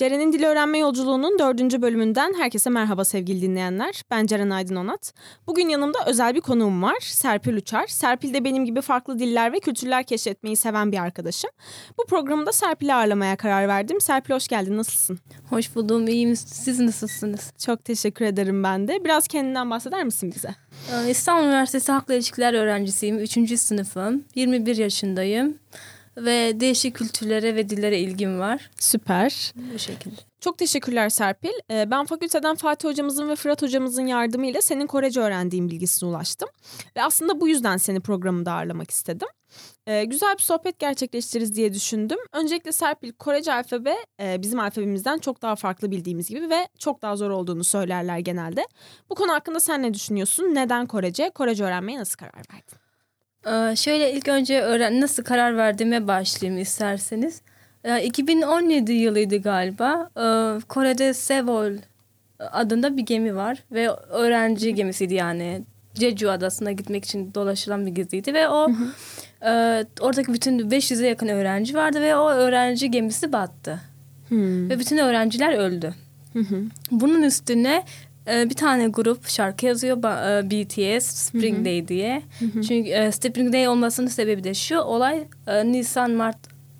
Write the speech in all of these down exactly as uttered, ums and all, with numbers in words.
Ceren'in dil öğrenme yolculuğunun dördüncü bölümünden herkese merhaba sevgili dinleyenler. Ben Ceren Aydın Onat. Bugün yanımda özel bir konuğum var. Serpil Uçar. Serpil de benim gibi farklı diller ve kültürler keşfetmeyi seven bir arkadaşım. Bu programda Serpil'i ağırlamaya karar verdim. Serpil hoş geldin. Nasılsın? Hoş buldum. İyiyim. Siz nasılsınız? Çok teşekkür ederim ben de. Biraz kendinden bahseder misin bize? İstanbul Üniversitesi Halkla İlişkiler öğrencisiyim. Üçüncü sınıfım. yirmi bir yaşındayım. Ve değişik kültürlere ve dillere ilgim var. Süper. Bu şekilde. Çok teşekkürler Serpil. Ben fakülteden Fatih hocamızın ve Fırat hocamızın yardımıyla senin Korece öğrendiğin bilgisine ulaştım. Ve aslında bu yüzden seni programımda ağırlamak istedim. Güzel bir sohbet gerçekleştiririz diye düşündüm. Öncelikle Serpil, Korece alfabe bizim alfabemizden çok daha farklı bildiğimiz gibi ve çok daha zor olduğunu söylerler genelde. Bu konu hakkında sen ne düşünüyorsun? Neden Korece? Korece öğrenmeye nasıl karar verdin? Ee, şöyle ilk önce öğren nasıl karar verdiğime başlayayım isterseniz. Ee, iki bin on yedi yılıydı galiba. Ee, Kore'de Seoul adında bir gemi var ve öğrenci gemisiydi yani. Jeju Adası'na gitmek için dolaşılan bir geziydi ve o e, oradaki bütün beş yüze yakın öğrenci vardı ve o öğrenci gemisi battı. Hmm. Ve bütün öğrenciler öldü. Bunun üstüne bir tane grup şarkı yazıyor, B T S Spring hı hı. Day diye. Hı hı. Çünkü Spring Day olmasının sebebi de şu, olay Nisan Mart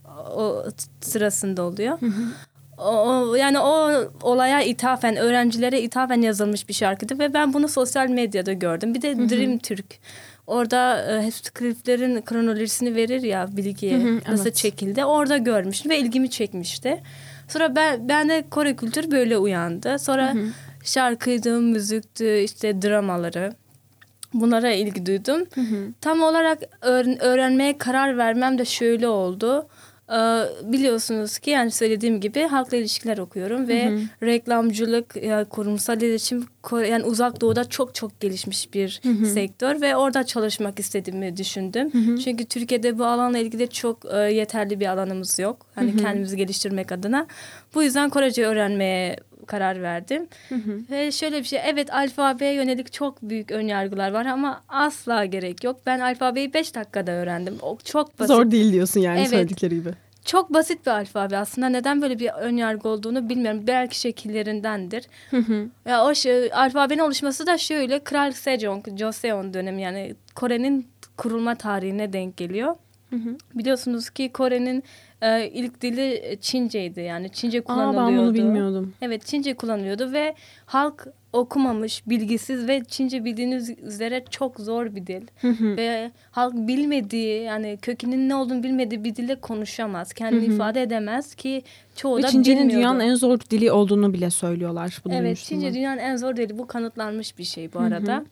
o sırasında oluyor. Hı hı. O, yani o olaya ithafen, öğrencilere ithafen yazılmış bir şarkıydı ve ben bunu sosyal medyada gördüm. Bir de hı hı. Dream Türk. Orada hep kliplerin kronolojisini verir ya, bilgiye hı hı, nasıl evet. çekildi. Orada görmüştüm ve ilgimi çekmişti. Sonra ben, ben de Kore kültürü böyle uyandı. Sonra hı hı. şarkıydı, müziktü, işte dramaları. Bunlara ilgi duydum. Hı hı. Tam olarak öğren- öğrenmeye karar vermem de şöyle oldu. Ee, biliyorsunuz ki yani söylediğim gibi halkla ilişkiler okuyorum ve hı hı. reklamcılık, yani kurumsal iletişim yani uzak doğuda çok çok gelişmiş bir hı hı. sektör ve orada çalışmak istediğimi düşündüm. Hı hı. Çünkü Türkiye'de bu alanla ilgili çok e, yeterli bir alanımız yok. Hani hı hı. kendimizi geliştirmek adına. Bu yüzden Korece öğrenmeye karar verdim. Hı hı. Ve şöyle bir şey, evet alfabeye yönelik çok büyük önyargılar var ama asla gerek yok. Ben alfabeyi beş dakikada öğrendim. O çok basit. Zor değil diyorsun yani evet. söyledikleri gibi. Çok basit bir alfabe aslında. Neden böyle bir önyargı olduğunu bilmiyorum. Belki şekillerindendir. Hı hı. Ya o şey, alfabenin oluşması da şöyle, Kral Sejong, Joseon dönemi yani Kore'nin kurulma tarihine denk geliyor. Hı hı. Biliyorsunuz ki Kore'nin e, ilk dili Çinceydi, yani Çince kullanılıyordu. Aa, ben bunu bilmiyordum. Evet, Çince kullanılıyordu ve halk okumamış, bilgisiz ve Çince bildiğiniz üzere çok zor bir dil. Hı hı. Ve halk bilmediği, yani kökeninin ne olduğunu bilmediği bir dille konuşamaz, kendini hı hı. ifade edemez ki çoğu ve da Çince'nin bilmiyordu. dünyanın en zor dili olduğunu bile söylüyorlar. Bunu evet, Çince ben. dünyanın en zor dili, bu kanıtlanmış bir şey bu arada. Hı hı.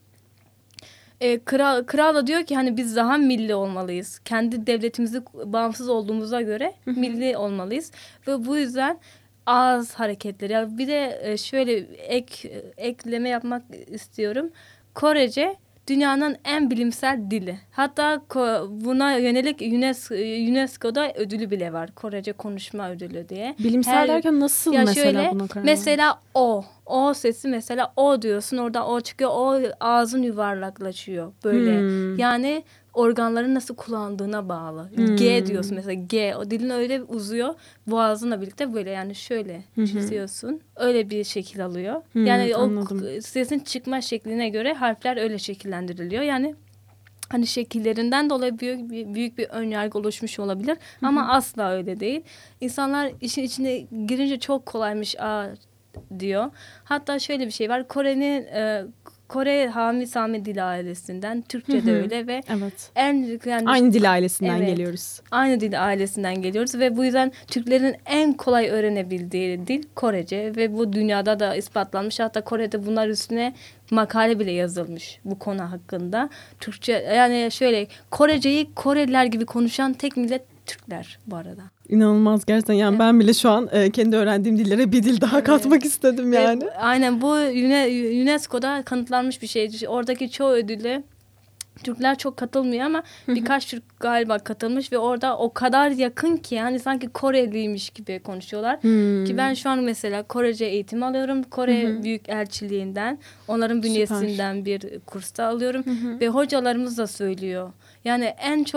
E, kral, kral da diyor ki hani biz daha milli olmalıyız. Kendi devletimizi bağımsız olduğumuza göre hı hı. milli olmalıyız. Ve bu yüzden ağız hareketleri. Yani bir de şöyle ek, ekleme yapmak istiyorum. Korece dünyanın en bilimsel dili. Hatta buna yönelik UNESCO'da ödülü bile var. Korece konuşma ödülü diye. Bilimsel Her, derken nasıl mesela şöyle, buna karar mesela o. O sesi mesela o diyorsun, orada o çıkıyor, o ağzın yuvarlaklaşıyor böyle. Hmm. Yani organların nasıl kullandığına bağlı. Hmm. G diyorsun mesela, G. O dilin öyle uzuyor. Boğazınla birlikte böyle yani şöyle hmm. çiziyorsun. Öyle bir şekil alıyor. Hmm, yani anladım. O sesin çıkma şekline göre harfler öyle şekillendiriliyor. Yani hani şekillerinden dolayı büyük bir, büyük bir önyargı oluşmuş olabilir. Hı-hı. Ama asla öyle değil. İnsanlar işin içine girince çok kolaymış aa diyor. Hatta şöyle bir şey var. Kore'nin e, Kore Hami Sami dil ailesinden, Türkçe de öyle ve evet. en yani aynı dil ailesinden evet, geliyoruz. Aynı dil ailesinden geliyoruz ve bu yüzden Türklerin en kolay öğrenebildiği dil Korece ve bu dünyada da ispatlanmış. Hatta Kore'de bunlar üstüne makale bile yazılmış bu konu hakkında. Türkçe yani şöyle, Koreceyi Koreliler gibi konuşan tek millet Türkler bu arada. İnanılmaz gerçekten yani evet. ben bile şu an e, kendi öğrendiğim dillere bir dil daha evet. katmak istedim yani. Ve, aynen bu UNESCO'da kanıtlanmış bir şey. Oradaki çoğu ödüle Türkler çok katılmıyor ama birkaç Türk galiba katılmış ve orada o kadar yakın ki yani sanki Koreliymiş gibi konuşuyorlar. Hmm. Ki ben şu an mesela Korece eğitim alıyorum. Kore Hı-hı. Büyükelçiliğinden, onların bünyesinden Süper. bir kursta alıyorum. Hı-hı. Ve hocalarımız da söylüyor. Yani en çok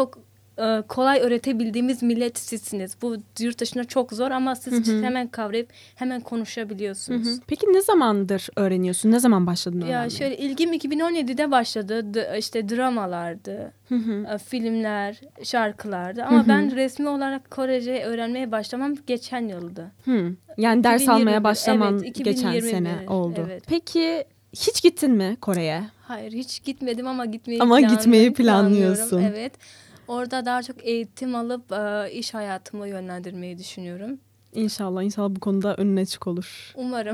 e, kolay öğretebildiğimiz millet sizsiniz. Bu yurt dışında çok zor ama siz Hı hı. hemen kavrayıp hemen konuşabiliyorsunuz. Hı hı. Peki ne zamandır öğreniyorsun? Ne zaman başladın öğrenmeye? Ya şöyle ilgim iki bin on yedide başladı. D- işte dramalardı, Hı hı. e, filmler, şarkılardı. Ama Hı hı. ben resmi olarak Korece öğrenmeye başlamam geçen yıldı. Hı. Yani ders iki bin yirmi bir, almaya başlaman evet, iki bin geçen yirmi bir, sene oldu. evet. Peki hiç gittin mi Kore'ye? Hayır, hiç gitmedim ama gitmeyi Ama planlı- gitmeyi planlıyorum. planlıyorsun. Evet. Orada daha çok eğitim alıp e, iş hayatımı yönlendirmeyi düşünüyorum. İnşallah, inşallah bu konuda önüne açık olur. Umarım.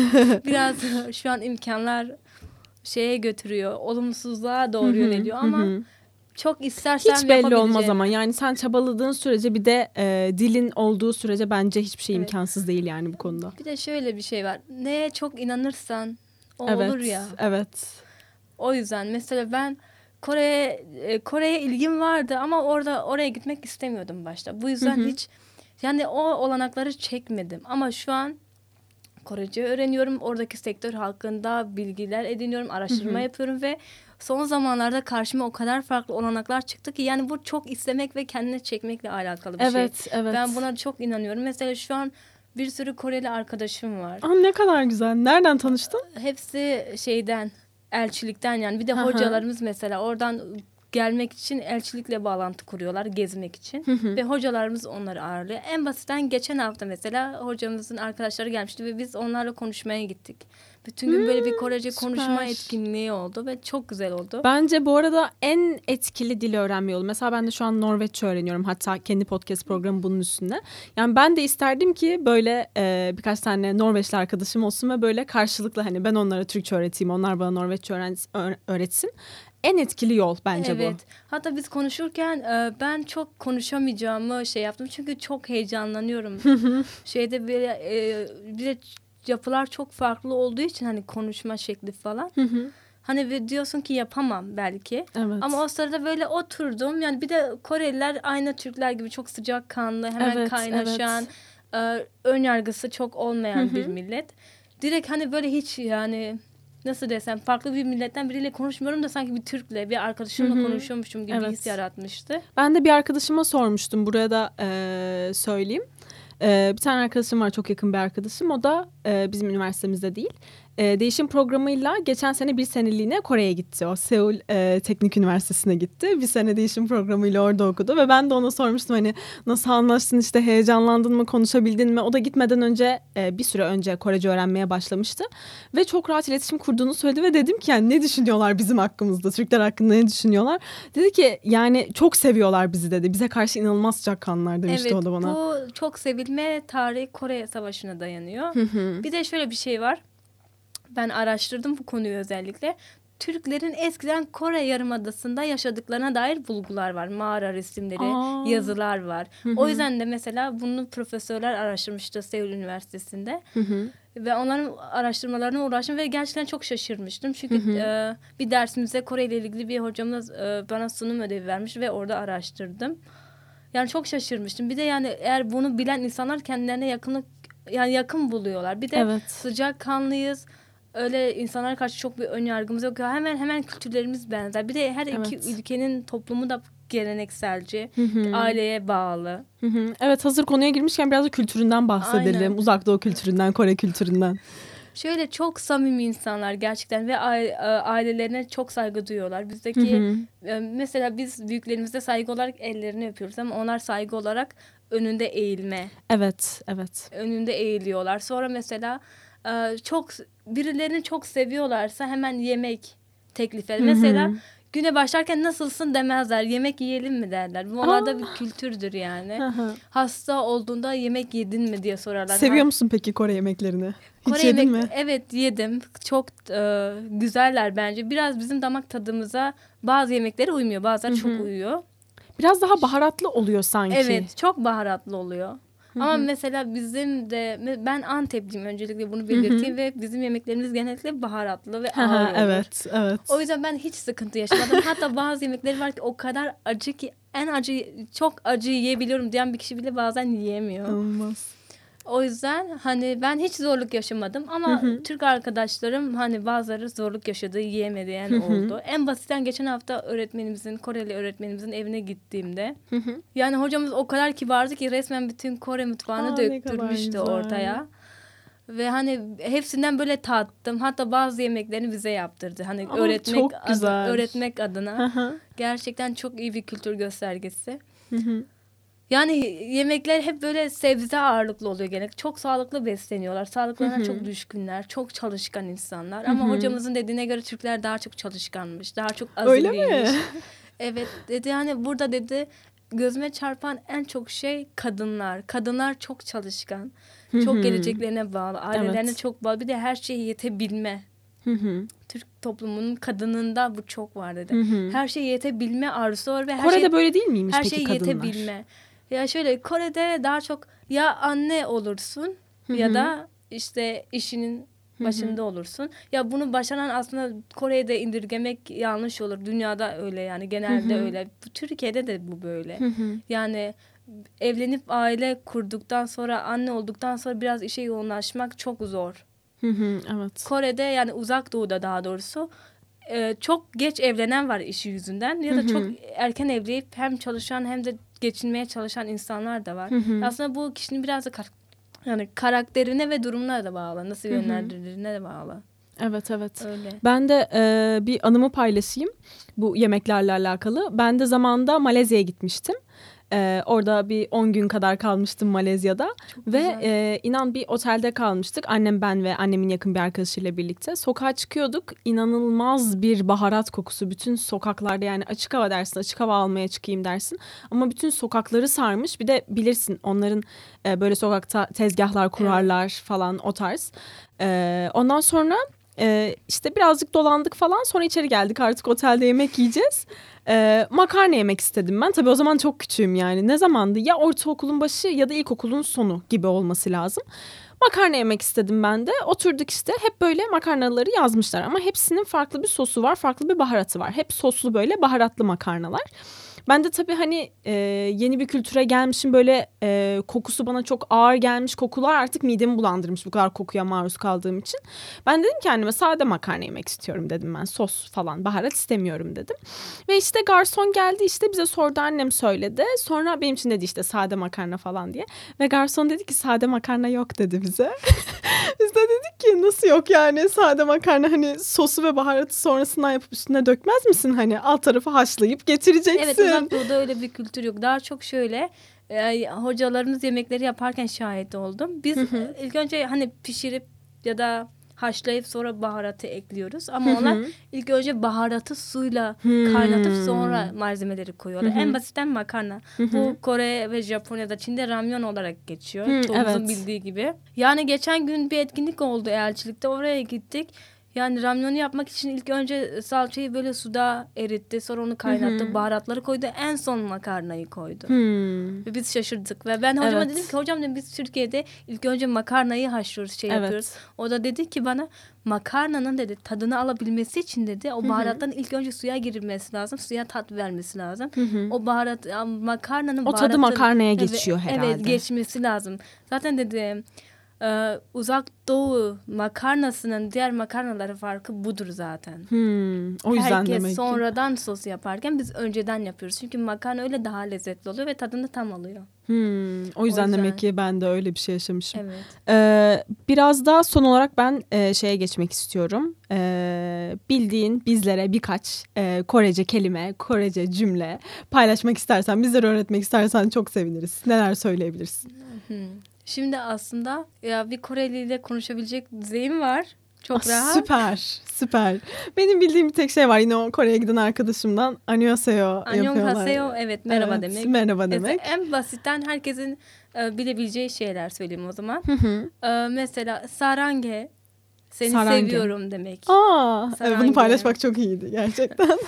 Biraz şu an imkanlar şeye götürüyor, olumsuzluğa doğru Hı hı, yöneliyor ama hı hı. çok istersem Hiç belli olmaz yapabileceğim. ama yani sen çabaladığın sürece bir de e, dilin olduğu sürece bence hiçbir şey Evet. imkansız değil yani bu konuda. Bir de şöyle bir şey var. Neye çok inanırsan o Evet, olur ya. evet. O yüzden mesela ben Kore'ye e, Kore'ye ilgim vardı ama orada oraya gitmek istemiyordum başta. Bu yüzden Hı hı. hiç yani o olanakları çekmedim. Ama şu an Korece öğreniyorum. Oradaki sektör hakkında bilgiler ediniyorum, araştırma Hı hı. yapıyorum ve son zamanlarda karşıma o kadar farklı olanaklar çıktı ki yani bu çok istemek ve kendine çekmekle alakalı bir şey. Evet, evet. Ben buna çok inanıyorum. Mesela şu an bir sürü Koreli arkadaşım var. Aa, ne kadar güzel. Nereden tanıştın? Hepsi şeyden, elçilikten yani. Bir de Hı hı. hocalarımız mesela oradan gelmek için elçilikle bağlantı kuruyorlar gezmek için. Hı hı. Ve hocalarımız onları ağırlıyor. En basitten geçen hafta mesela hocamızın arkadaşları gelmişti ve biz onlarla konuşmaya gittik. Bütün gün böyle bir Korece süper. konuşma etkinliği oldu ve çok güzel oldu. Bence bu arada en etkili dil öğrenme yolu. Mesela ben de şu an Norveççe öğreniyorum. Hatta kendi podcast programı bunun üstünde. Yani ben de isterdim ki böyle e, birkaç tane Norveçli arkadaşım olsun ve böyle karşılıklı hani ben onlara Türkçe öğreteyim, onlar bana Norveççe öğren- öğretsin. En etkili yol bence evet. bu. Hatta biz konuşurken e, ben çok konuşamayacağımı şey yaptım. Çünkü çok heyecanlanıyorum. Şeyde böyle e, bir de yapılar çok farklı olduğu için hani konuşma şekli falan. Hı hı. Hani ve diyorsun ki yapamam belki. Evet. Ama o sırada böyle oturdum. Yani bir de Koreliler aynı Türkler gibi çok sıcakkanlı, hemen Evet, kaynaşan, e, ön yargısı çok olmayan bir millet. Direkt hani böyle hiç yani nasıl desem farklı bir milletten biriyle konuşmuyorum da sanki bir Türk'le bir arkadaşımla Hı hı. konuşuyormuşum gibi bir Evet. his yaratmıştı. Ben de bir arkadaşıma sormuştum. Buraya da e, söyleyeyim. E, bir tane arkadaşım var, çok yakın bir arkadaşım. O da e, bizim üniversitemizde değil. E, değişim programıyla geçen sene bir seneliğine Kore'ye gitti. O Seul e, Teknik Üniversitesi'ne gitti. Bir sene değişim programıyla orada okudu. Ve ben de ona sormuştum hani nasıl anlaştın, işte heyecanlandın mı, konuşabildin mi? O da gitmeden önce e, bir süre önce Korece öğrenmeye başlamıştı. Ve çok rahat iletişim kurduğunu söyledi ve dedim ki yani ne düşünüyorlar bizim hakkımızda? Türkler hakkında ne düşünüyorlar? Dedi ki yani çok seviyorlar bizi dedi. Bize karşı inanılmaz sıcakkanlılar demişti Evet, o da bana. bu çok sevilme tarihi Kore Savaşı'na dayanıyor. Bir de şöyle bir şey var. Ben araştırdım bu konuyu özellikle. Türklerin eskiden Kore Yarımadası'nda yaşadıklarına dair bulgular var. Mağara resimleri, Aa. yazılar var. O yüzden de mesela bunu profesörler araştırmıştı Seul Üniversitesi'nde. Hı hı. Ve onların araştırmalarına uğraştım ve gerçekten çok şaşırmıştım. Çünkü e, bir dersimizde Kore ile ilgili bir hocamız e, bana sunum ödevi vermiş ve orada araştırdım. Yani çok şaşırmıştım. Bir de yani eğer bunu bilen insanlar kendilerine yakınlık yani yakın buluyorlar. Bir de Evet. sıcakkanlıyız. Öyle insanlara karşı çok bir ön yargımız yok. Hemen hemen kültürlerimiz benzer. Bir de her Evet. iki ülkenin toplumu da gelenekselci, Hı hı. aileye bağlı. Hı hı. Evet, hazır konuya girmişken biraz da kültüründen bahsedelim. Aynen. Uzak Doğu kültüründen, Kore kültüründen. Şöyle çok samimi insanlar gerçekten ve ailelerine çok saygı duyuyorlar. Bizdeki Hı hı. mesela biz büyüklerimize saygı olarak ellerini öpüyoruz ama onlar saygı olarak önünde eğilme. Evet, evet. Önünde eğiliyorlar. Sonra mesela çok birilerini çok seviyorlarsa hemen yemek teklif eder. Mesela güne başlarken nasılsın demezler. Yemek yiyelim mi derler. Bu onlarda Aa. bir kültürdür yani. Hı hı. Hasta olduğunda yemek yedin mi diye sorarlar. Seviyor musun peki Kore yemeklerini? Hiç Kore yedin yemek, mi? evet yedim. Çok e, güzeller bence. Biraz bizim damak tadımıza bazı yemekleri uymuyor. Bazıları Hı hı. çok uyuyor. Biraz daha baharatlı oluyor sanki. Evet, çok baharatlı oluyor. Hı hı. Ama mesela bizim de ben Antepliyim, öncelikle bunu belirteyim, hı hı. ve bizim yemeklerimiz genellikle baharatlı ve ağır olur. Evet, evet. O yüzden ben hiç sıkıntı yaşamadım. Hatta bazı yemekleri var ki o kadar acı ki en acı çok acı yiyebiliyorum diyen bir kişi bile bazen yiyemiyor. Olmaz. O yüzden hani ben hiç zorluk yaşamadım ama Hı hı. Türk arkadaşlarım hani bazıları zorluk yaşadı, yiyemeyen Hı hı. oldu. En basitten geçen hafta öğretmenimizin, Koreli öğretmenimizin evine gittiğimde Hı hı. yani hocamız o kadar kibardı ki resmen bütün Kore mutfağını Aa, ne kadar döktürmüştü güzel. ortaya. Ve hani hepsinden böyle tattım. Hatta bazı yemeklerini bize yaptırdı. Hani Aa, öğretmek çok adı- güzel. öğretmek adına Hı hı. gerçekten çok iyi bir kültür göstergesi. Hı hı. Yani yemekler hep böyle sebze ağırlıklı oluyor gene. Çok sağlıklı besleniyorlar. Sağlıklarına Hı hı. çok düşkünler. Çok çalışkan insanlar. Hı Ama hı. hocamızın dediğine göre Türkler daha çok çalışkanmış. Daha çok Öyle azimliymiş. mi? Evet dedi, hani burada dedi gözüme çarpan en çok şey kadınlar. Kadınlar çok çalışkan. Hı Çok hı. geleceklerine bağlı. Ailelerine Evet. çok bağlı. Bir de her şeye yetebilme. Hı hı. Türk toplumunun kadınında bu çok var dedi. Hı hı. Her şeye yetebilme arzusu var ve her Kore'de şey böyle değil miymiş her peki şey kadınlar? yetebilme. Ya şöyle Kore'de daha çok ya anne olursun Hı ya hı. da işte işinin başında olursun. Ya bunu başaran aslında Kore'de indirgemek yanlış olur. Dünyada öyle yani genelde Hı hı. öyle. Bu Türkiye'de de bu böyle. Hı hı. Yani evlenip aile kurduktan sonra anne olduktan sonra biraz işe yoğunlaşmak çok zor. Hı hı. Evet. Kore'de yani uzak doğuda daha doğrusu e, çok geç evlenen var işi yüzünden ya Hı da hı. çok erken evleyip hem çalışan hem de geçinmeye çalışan insanlar da var. Hı hı. Aslında bu kişinin biraz da kar- yani karakterine ve durumuna da bağlı. Nasıl Hı hı. yönlendirildiğine de bağlı. Evet evet. Öyle. Ben de e, bir anımı paylaşayım bu yemeklerle alakalı. Ben de zamanında Malezya'ya gitmiştim. E, orada bir on gün kadar kalmıştım Malezya'da. Çok Ve güzel. e, inan bir otelde kalmıştık. Annem, ben ve annemin yakın bir arkadaşıyla birlikte. Sokağa çıkıyorduk. İnanılmaz bir baharat kokusu. Bütün sokaklarda, yani açık hava dersin, açık hava almaya çıkayım dersin. Ama bütün sokakları sarmış. Bir de bilirsin onların e, böyle sokakta tezgahlar kurarlar falan, o tarz. E, ondan sonra e, işte birazcık dolandık falan. Sonra içeri geldik, artık otelde yemek yiyeceğiz. Ee, makarna yemek istedim ben. Tabii o zaman çok küçüğüm yani. Ne zamandı? Ya ortaokulun başı ya da ilkokulun sonu gibi olması lazım. Makarna yemek istedim ben de. Oturduk işte. Hep böyle makarnaları yazmışlar. Ama hepsinin farklı bir sosu var. Farklı bir baharatı var. Hep soslu böyle baharatlı makarnalar. Ben de tabii hani e, yeni bir kültüre gelmişim. Böyle e, kokusu bana çok ağır gelmiş. Kokular artık midemi bulandırmış bu kadar kokuya maruz kaldığım için. Ben dedim kendime sade makarna yemek istiyorum dedim ben. Sos falan, baharat istemiyorum dedim. Ve işte garson geldi, işte bize sordu, annem söyledi. Sonra benim için dedi işte sade makarna falan diye. Ve garson dedi ki sade makarna yok dedi bize. Biz de dedik ki nasıl yok yani, sade makarna hani sosu ve baharatı sonrasından yapıp üstüne dökmez misin? Hani alt tarafı haşlayıp getireceksin. Evet, uzak doğuda öyle bir kültür yok. Daha çok şöyle e, hocalarımız yemekleri yaparken şahit oldum. Biz Hı hı. ilk önce hani pişirip ya da haşlayıp sonra baharatı ekliyoruz. Ama Hı hı. onlar ilk önce baharatı suyla Hmm. kaynatıp sonra malzemeleri koyuyorlar. Hı hı. En basitten makarna. Hı hı. Bu Kore ve Japonya'da, Çin'de ramyon olarak geçiyor. Hı, Çoğumuzun evet. bildiği gibi. Yani geçen gün bir etkinlik oldu elçilikte. Oraya gittik. Yani ramyonu yapmak için ilk önce salçayı böyle suda eritti. Sonra onu kaynattı. Hı hı. Baharatları koydu. En son makarnayı koydu. Hmm. Ve biz şaşırdık. Ve ben hocama Evet. dedim ki hocam dedim, biz Türkiye'de ilk önce makarnayı haşlıyoruz, şey Evet. yapıyoruz. O da dedi ki bana makarnanın dedi tadını alabilmesi için dedi o baharatların ilk önce suya girilmesi lazım. Suya tat vermesi lazım. Hı hı. O baharat ya makarnanın O tadı baharatın, makarnaya evet, geçiyor herhalde. Evet, geçmesi lazım. Zaten dedi e, uzak doğu makarnasının diğer makarnaları farkı budur zaten. Hmm. O yüzden Herkes demek ki. sonradan sos yaparken biz önceden yapıyoruz. Çünkü makarna öyle daha lezzetli oluyor ve tadını tam alıyor. Hmm, o yüzden, yüzden. demek ki ben de öyle bir şey yaşamışım. Evet. Ee, biraz daha son olarak ben e, şeye geçmek istiyorum. Ee, bildiğin bizlere birkaç e, Korece kelime, Korece cümle paylaşmak istersen, bizlere öğretmek istersen çok seviniriz. Neler söyleyebilirsin? Hmm. Şimdi aslında ya bir Koreli ile konuşabilecek düzeyim var. Çok Ah, rahat. süper, süper. Benim bildiğim bir tek şey var. Yine o Kore'ye giden arkadaşımdan annyeonghaseyo yapıyorlar. Annyeonghaseyo, evet, merhaba Evet, demek. merhaba demek. Evet, en basitten herkesin e, bilebileceği şeyler söyleyeyim o zaman. Hı hı. E, mesela sarange, seni Sarange. seviyorum demek. Aa, evet, Sarange. bunu paylaşmak çok iyiydi gerçekten.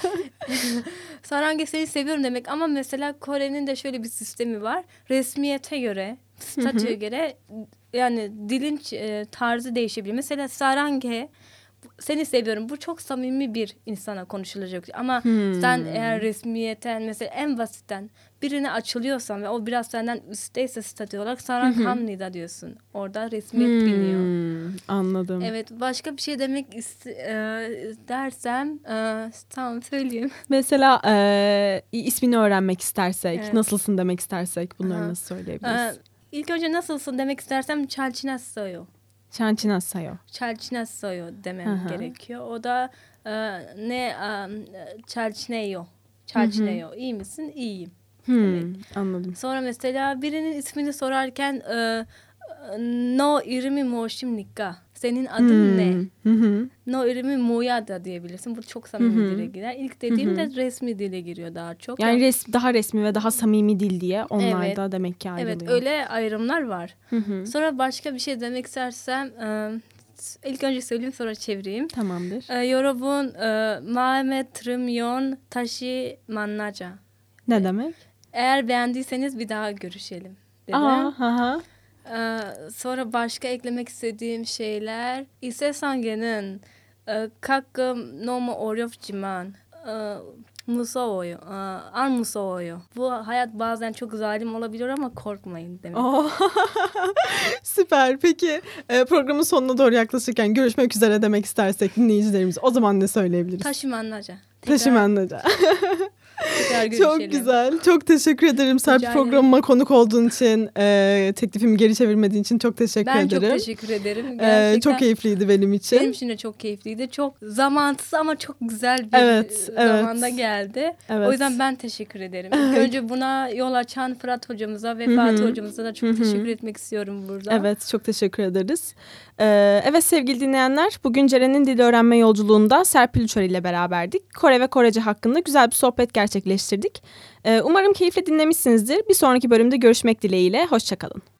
Sarange, seni seviyorum demek. Ama mesela Kore'nin de şöyle bir sistemi var. Resmiyete göre, statüye göre yani dilin e, tarzı değişebilir. Mesela sarange seni seviyorum. Bu çok samimi bir insana konuşulacak. Ama Hmm. sen eğer resmiyeten mesela en basitten birine açılıyorsan ve o biraz senden üstteyse statü olarak sana hamnida diyorsun. Orada resmiyet Hmm. biniyor. Anladım. Evet, başka bir şey demek ist- e, dersem e, tamam söyleyeyim. Mesela e, ismini öğrenmek istersek, Evet. nasılsın demek istersek bunları Aha. nasıl söyleyebiliriz? E, ilk önce nasılsın demek istersem çalçinassoyo. Çançinassayo. Çalçinassoyo demem Aha. gerekiyor. O da e, ne çalçineyo. Çalçineyo. İyi misin? İyiyim. Hmm, anladım. Sonra mesela birinin ismini sorarken e, no irimi moshimnika. Senin adın ne? Hı hı. No irimi moya da diyebilirsin. Bu çok samimi Hı hı. dile girer. İlk dediğimde resmi dile giriyor daha çok. Yani res- daha resmi ve daha samimi dil diye onlar Evet. da demek ki ayrılıyor. Evet, öyle ayrımlar var. Hı hı. Sonra başka bir şey demek istersem e, ilk önce söyleyeyim sonra çevireyim. Tamamdır. E, 여러분 e, 마음에 들으면 다시 만나자. Ne demek? Eğer beğendiyseniz bir daha görüşelim dedim. Aa, ha ha. Ee, sonra başka eklemek istediğim şeyler 이 세상에는 어, 가끔 너무 어렵지만 어, 무서워요. 어, 안 무서워요. Bu hayat bazen çok zalim olabiliyor ama korkmayın demek. Oh. Süper. Peki e, programın sonuna doğru yaklaşırken görüşmek üzere demek istersek dinleyicilerimiz o zaman ne söyleyebiliriz? 다시 만나자. Taşımanlıca. tekrar görüşelim. Çok güzel. Çok teşekkür ederim Serpil, Rica ederim. programıma konuk olduğun için, e, teklifimi geri çevirmediğin için çok teşekkür Ben ederim. çok teşekkür ederim. E, Gerçekten çok keyifliydi benim için. benim için de çok keyifliydi. Çok zamansız ama çok güzel bir Evet, evet. zamanda geldi. Evet. O yüzden ben teşekkür ederim. İlk önce buna yol açan Fırat hocamıza ve Fatih hocamıza da çok teşekkür etmek istiyorum burada. Evet, çok teşekkür ederiz. Ee, evet sevgili dinleyenler, bugün Ceren'in dil öğrenme yolculuğunda Serpil Uçar ile beraberdik. Kore ve Korece hakkında güzel bir sohbet gerçekleştirdik. Ee, umarım keyifle dinlemişsinizdir. Bir sonraki bölümde görüşmek dileğiyle, hoşça kalın.